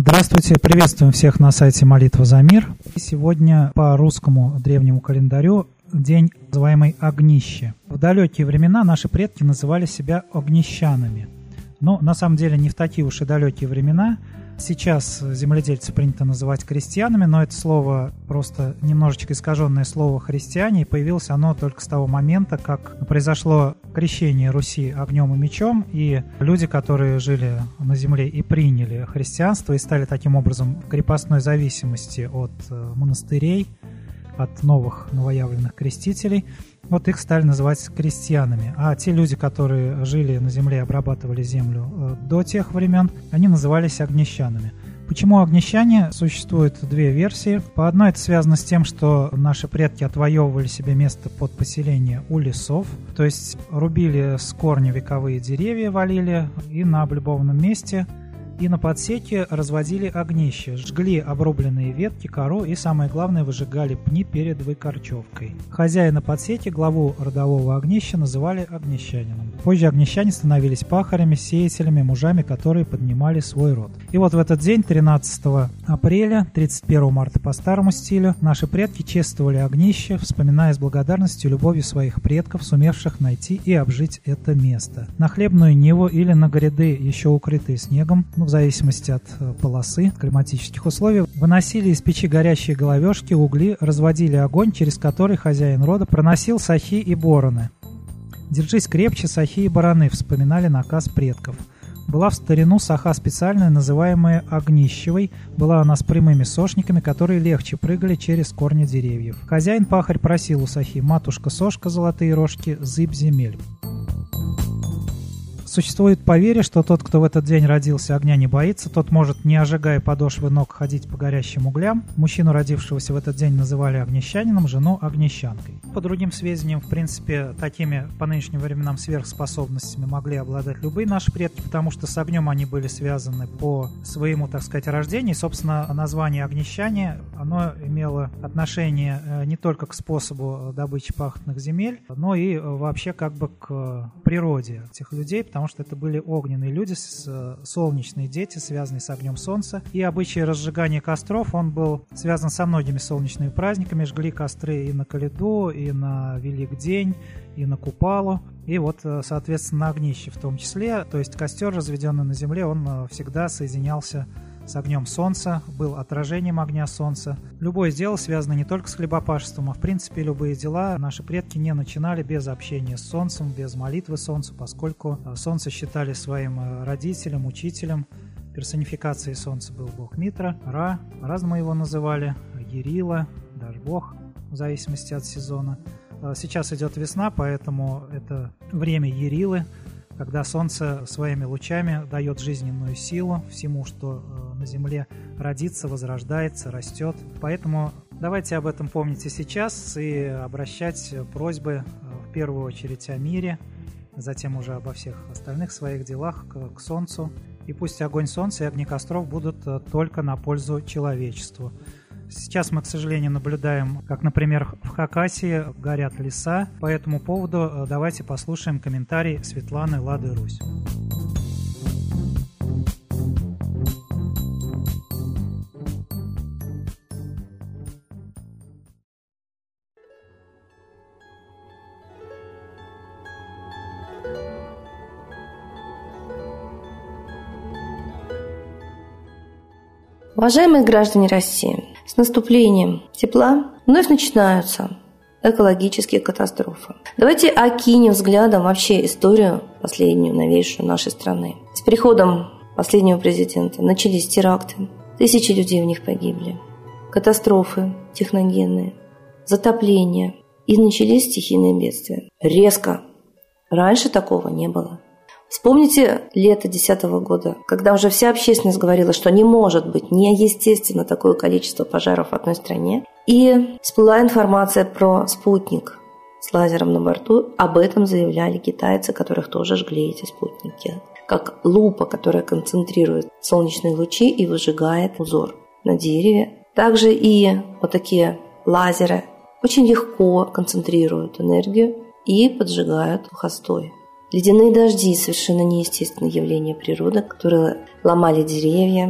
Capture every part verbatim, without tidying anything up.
Здравствуйте, приветствуем всех на сайте «Молитва за мир». Сегодня по русскому древнему календарю день, называемый Огнище. В далекие времена наши предки называли себя огнищанами. Но на самом деле не в такие уж и далекие времена. Сейчас земледельцев принято называть крестьянами, но это слово просто немножечко искаженное слово «христиане», и появилось оно только с того момента, как произошло крещение Руси огнем и мечом, и люди, которые жили на земле и приняли христианство, и стали таким образом в крепостной зависимости от монастырей, от новых новоявленных крестителей, вот их стали называть крестьянами. А те люди, которые жили на земле и обрабатывали землю до тех времен, они назывались огнищанами. Почему огнищане? Существует две версии. По одной это связано с тем, что наши предки отвоевывали себе место под поселение у лесов, то есть рубили с корня вековые деревья, валили и на облюбованном месте и на подсеке разводили огнище, жгли обрубленные ветки, кору и, самое главное, выжигали пни перед выкорчевкой. Хозяина подсеки, главу родового огнища, называли огнищанином. Позже огнищане становились пахарями, сеятелями, мужами, которые поднимали свой род. И вот в этот день, тринадцатого апреля, тридцать первого марта по старому стилю, наши предки чествовали огнище, вспоминая с благодарностью и любовью своих предков, сумевших найти и обжить это место. На хлебную ниву или на гряды, еще укрытые снегом, в зависимости от полосы, климатических условий, выносили из печи горящие головешки, угли, разводили огонь, через который хозяин рода проносил сахи и бороны. «Держись крепче, сахи и бараны», вспоминали наказ предков. Была в старину саха специальная, называемая огнищевой. Была она с прямыми сошниками, которые легче прыгали через корни деревьев. Хозяин-пахарь просил у сахи: «Матушка-сошка, золотые рожки, зыбь земель». Существует поверье, что тот, кто в этот день родился, огня не боится, тот может, не ожигая подошвы ног, ходить по горящим углям. Мужчину, родившегося в этот день, называли огнищанином, жену – огнищанкой. По другим сведениям, в принципе, такими по нынешним временам сверхспособностями могли обладать любые наши предки, потому что с огнем они были связаны по своему, так сказать, рождению. И, собственно, название огнищане, оно имело отношение не только к способу добычи пахотных земель, но и вообще как бы к природе этих людей, потому что это были огненные люди, солнечные дети, связанные с огнем солнца. И обычай разжигания костров, он был связан со многими солнечными праздниками. Жгли костры и на Коляду, и на Великдень, и на Купалу. И вот, соответственно, на огнище в том числе. То есть костер, разведенный на земле, он всегда соединялся с огнем солнца, был отражением огня солнца. Любое дело связано не только с хлебопашеством, а в принципе любые дела наши предки не начинали без общения с солнцем, без молитвы солнцу, поскольку солнце считали своим родителем, учителем. Персонификацией солнца был бог Митра, Ра, по-разному его называли, Ярила, даже бог, в зависимости от сезона. Сейчас идет весна, поэтому это время Ярилы, когда солнце своими лучами дает жизненную силу всему, что на земле родится, возрождается, растет. Поэтому давайте об этом помнить и сейчас, и обращать просьбы в первую очередь о мире, затем уже обо всех остальных своих делах к, к солнцу. И пусть огонь солнца и огни костров будут только на пользу человечеству. Сейчас мы, к сожалению, наблюдаем, как, например, в Хакасии горят леса. По этому поводу давайте послушаем комментарий Светланы Лады Русь. Уважаемые граждане России, с наступлением тепла вновь начинаются экологические катастрофы. Давайте окинем взглядом вообще историю последнюю, новейшую нашей страны. С приходом последнего президента начались теракты, тысячи людей в них погибли, катастрофы техногенные, затопления, и начались стихийные бедствия. Резко. Раньше такого не было. Вспомните лето две тысячи десятого года, когда уже вся общественность говорила, что не может быть неестественно такое количество пожаров в одной стране. И всплыла информация про спутник с лазером на борту. Об этом заявляли китайцы, которых тоже жгли эти спутники. Как лупа, которая концентрирует солнечные лучи и выжигает узор на дереве. Также и вот такие лазеры очень легко концентрируют энергию и поджигают сухостой. Ледяные дожди – совершенно неестественное явление природы, которые ломали деревья,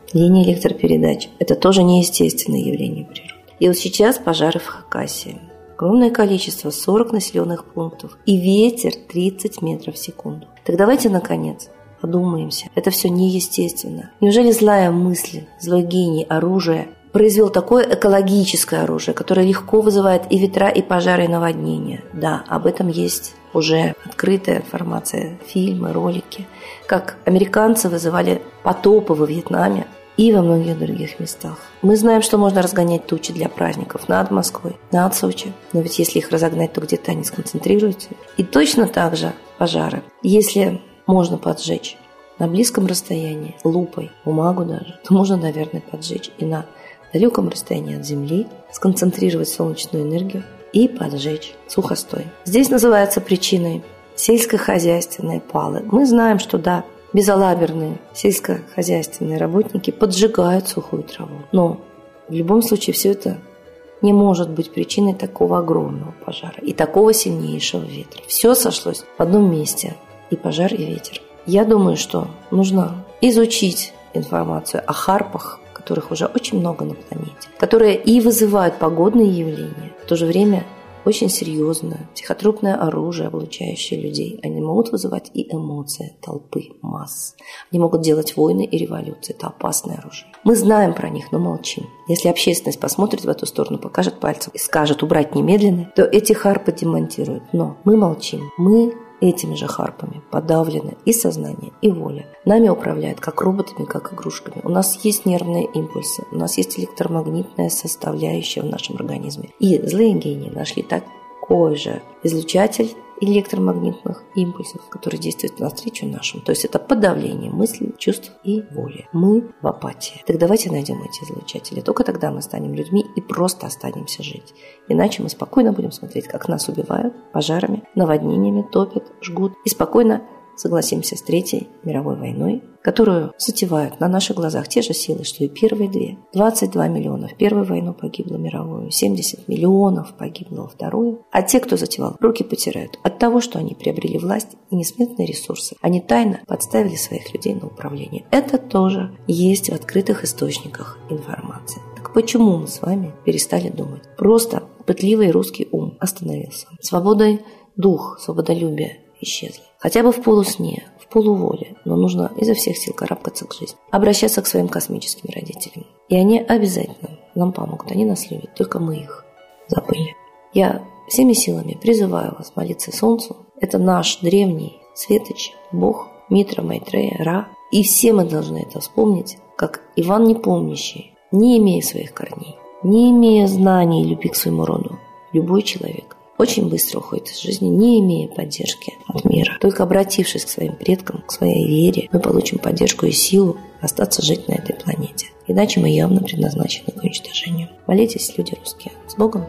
линии электропередач. Это тоже неестественное явление природы. И вот сейчас пожары в Хакасии. Огромное количество, сорок населенных пунктов. И ветер тридцать метров в секунду. Так давайте, наконец, подумаемся. Это все неестественно. Неужели злая мысль, злой гений, оружие произвел такое экологическое оружие, которое легко вызывает и ветра, и пожары, и наводнения? Да, об этом есть уже открытая информация, фильмы, ролики. Как американцы вызывали потопы во Вьетнаме и во многих других местах. Мы знаем, что можно разгонять тучи для праздников над Москвой, над Сочи. Но ведь если их разогнать, то где-то они сконцентрируются. И точно так же пожары. Если можно поджечь на близком расстоянии, лупой, бумагу даже, то можно, наверное, поджечь и на далеком расстоянии от Земли, сконцентрировать солнечную энергию и поджечь сухостой. Здесь называется причиной сельскохозяйственные палы. Мы знаем, что да, безалаберные сельскохозяйственные работники поджигают сухую траву. Но в любом случае все это не может быть причиной такого огромного пожара и такого сильнейшего ветра. Все сошлось в одном месте, и пожар, и ветер. Я думаю, что нужно изучить информацию о харпах, которых уже очень много на планете, которые и вызывают погодные явления, в то же время очень серьезное психотропное оружие, облучающее людей. Они могут вызывать и эмоции толпы, масс. Они могут делать войны и революции. Это опасное оружие. Мы знаем про них, но молчим. Если общественность посмотрит в эту сторону, покажет пальцем и скажет убрать немедленно, то эти харпы демонтируют. Но мы молчим. Мы этими же харпами подавлены и сознание, и воля. Нами управляют как роботами, как игрушками. У нас есть нервные импульсы, у нас есть электромагнитная составляющая в нашем организме. И злые гении нашли такой же излучатель электромагнитных импульсов, который действует навстречу нашему. То есть это подавление мыслей, чувств и воли. Мы в апатии. Так давайте найдем эти излучатели. Только тогда мы станем людьми и просто останемся жить. Иначе мы спокойно будем смотреть, как нас убивают пожарами, наводнениями, топят, жгут. И спокойно согласимся с Третьей мировой войной, которую затевают на наших глазах те же силы, что и первые две. двадцать два миллиона в первую войну погибло мировую, семьдесят миллионов погибло во вторую. А те, кто затевал, руки потирают от того, что они приобрели власть и несметные ресурсы. Они тайно подставили своих людей на управление. Это тоже есть в открытых источниках информации. Так почему мы с вами перестали думать? Просто пытливый русский ум остановился. Свободой дух, свободолюбие исчезли. Хотя бы в полусне, в полуволе, но нужно изо всех сил карабкаться к жизни, обращаться к своим космическим родителям. И они обязательно нам помогут, они нас любят, только мы их забыли. Я всеми силами призываю вас молиться Солнцу. Это наш древний светоч, Бог, Митра, Майтрея, Ра. И все мы должны это вспомнить, как Иван Непомнящий, не имея своих корней, не имея знаний и любви к своему роду. Любой человек очень быстро уходит из жизни, не имея поддержки от мира. Только обратившись к своим предкам, к своей вере, мы получим поддержку и силу остаться жить на этой планете. Иначе мы явно предназначены к уничтожению. Молитесь, люди русские. С Богом!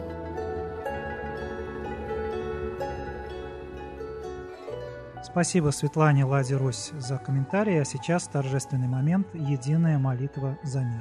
Спасибо Светлане Ладе Русь за комментарий. А сейчас торжественный момент – единая молитва за мир.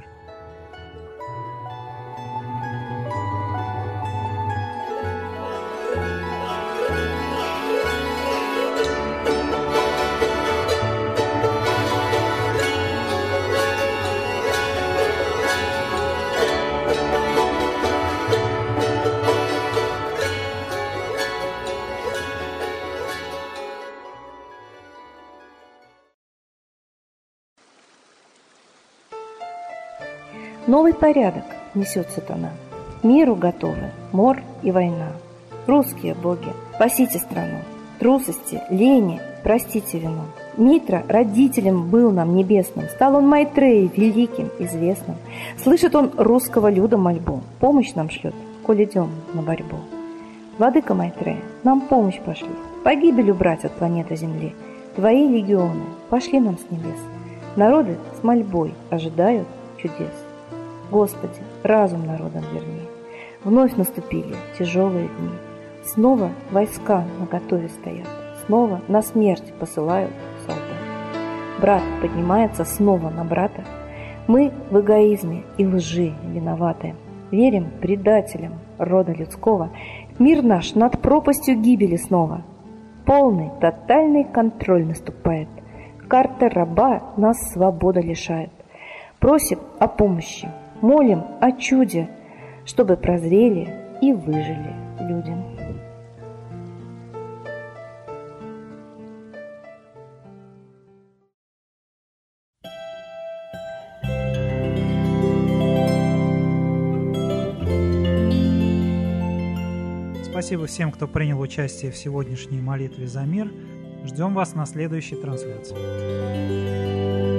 Новый порядок несет сатана. Миру готовы мор и война. Русские боги, спасите страну. Трусости, лени, простите вину. Митра родителем был нам небесным, стал он Майтреей великим, известным. Слышит он русского люда мольбу, помощь нам шлет, коль идем на борьбу. Владыка Майтрея, нам помощь пошли, погибель убрать от планеты Земли. Твои легионы пошли нам с небес. Народы с мольбой ожидают чудес. Господи, разум народам верни. Вновь наступили тяжелые дни. Снова войска наготове стоят. Снова на смерть посылают солдат. Брат поднимается снова на брата. Мы в эгоизме и лжи виноваты. Верим предателям рода людского. Мир наш над пропастью гибели снова. Полный, тотальный контроль наступает. Карта раба нас свободы лишает. просим о помощи, молим о чуде, чтобы прозрели и выжили люди. Спасибо всем, кто принял участие в сегодняшней молитве за мир. Ждем вас на следующей трансляции.